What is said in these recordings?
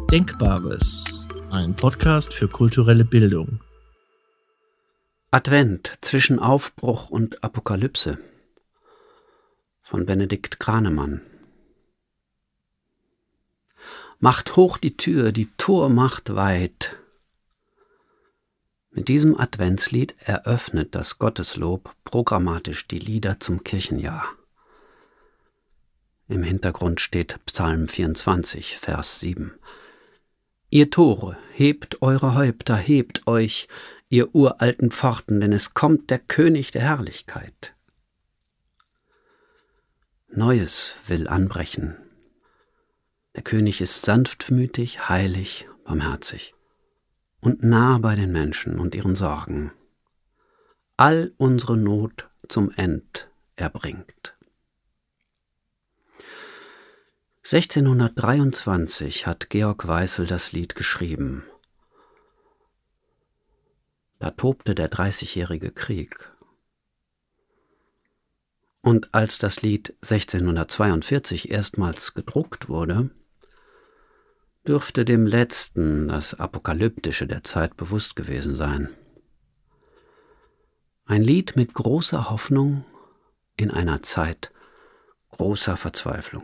Denkbares, ein Podcast für kulturelle Bildung. Advent zwischen Aufbruch und Apokalypse von Benedikt Granemann. Macht hoch die Tür, die Tor macht weit. Mit diesem Adventslied eröffnet das Gotteslob programmatisch die Lieder zum Kirchenjahr. Im Hintergrund steht Psalm 24, Vers 7. Ihr Tore, hebt eure Häupter, hebt euch, ihr uralten Pforten, denn es kommt der König der Herrlichkeit. Neues will anbrechen. Der König ist sanftmütig, heilig, barmherzig und nah bei den Menschen und ihren Sorgen. All unsere Not zum End erbringt. 1623 hat Georg Weißel das Lied geschrieben. Da tobte der 30-jährige Krieg. Und als das Lied 1642 erstmals gedruckt wurde, dürfte dem Letzten das Apokalyptische der Zeit bewusst gewesen sein. Ein Lied mit großer Hoffnung in einer Zeit großer Verzweiflung.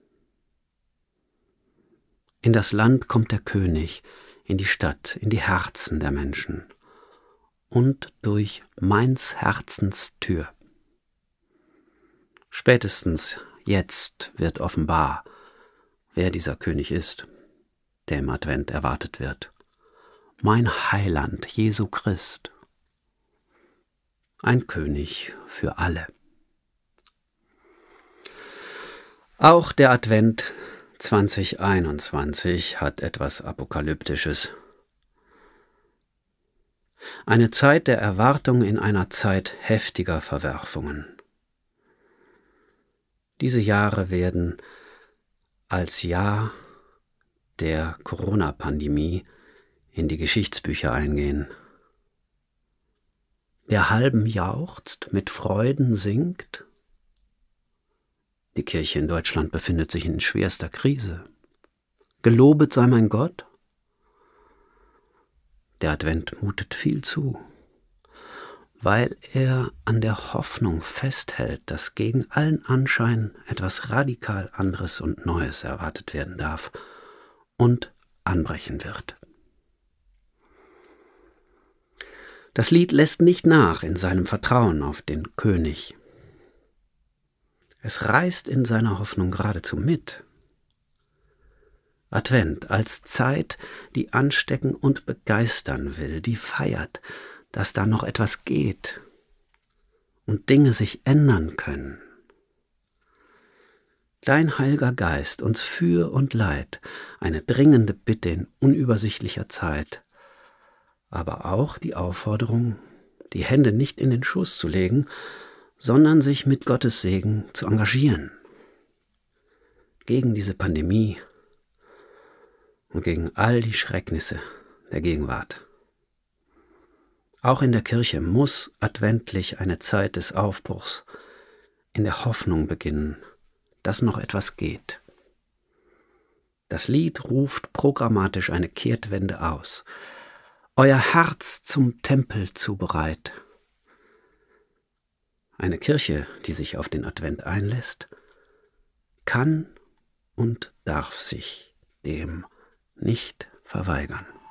In das Land kommt der König, in die Stadt, in die Herzen der Menschen und durch meins Herzens Tür. Spätestens jetzt wird offenbar, wer dieser König ist, der im Advent erwartet wird. Mein Heiland, Jesu Christ. Ein König für alle. Auch der Advent 2021 hat etwas Apokalyptisches. Eine Zeit der Erwartung in einer Zeit heftiger Verwerfungen. Diese Jahre werden als Jahr der Corona-Pandemie in die Geschichtsbücher eingehen. Der Halben jauchzt, mit Freuden singt. Die Kirche in Deutschland befindet sich in schwerster Krise. Gelobet sei mein Gott. Der Advent mutet viel zu, weil er an der Hoffnung festhält, dass gegen allen Anschein etwas radikal anderes und Neues erwartet werden darf und anbrechen wird. Das Lied lässt nicht nach in seinem Vertrauen auf den König. Es reißt in seiner Hoffnung geradezu mit. Advent als Zeit, die anstecken und begeistern will, die feiert, dass da noch etwas geht und Dinge sich ändern können. Dein Heiliger Geist uns für und leid, eine dringende Bitte in unübersichtlicher Zeit, aber auch die Aufforderung, die Hände nicht in den Schoß zu legen, sondern sich mit Gottes Segen zu engagieren. Gegen diese Pandemie und gegen all die Schrecknisse der Gegenwart. Auch in der Kirche muss adventlich eine Zeit des Aufbruchs in der Hoffnung beginnen, dass noch etwas geht. Das Lied ruft programmatisch eine Kehrtwende aus. Euer Herz zum Tempel zubereit. Eine Kirche, die sich auf den Advent einlässt, kann und darf sich dem nicht verweigern.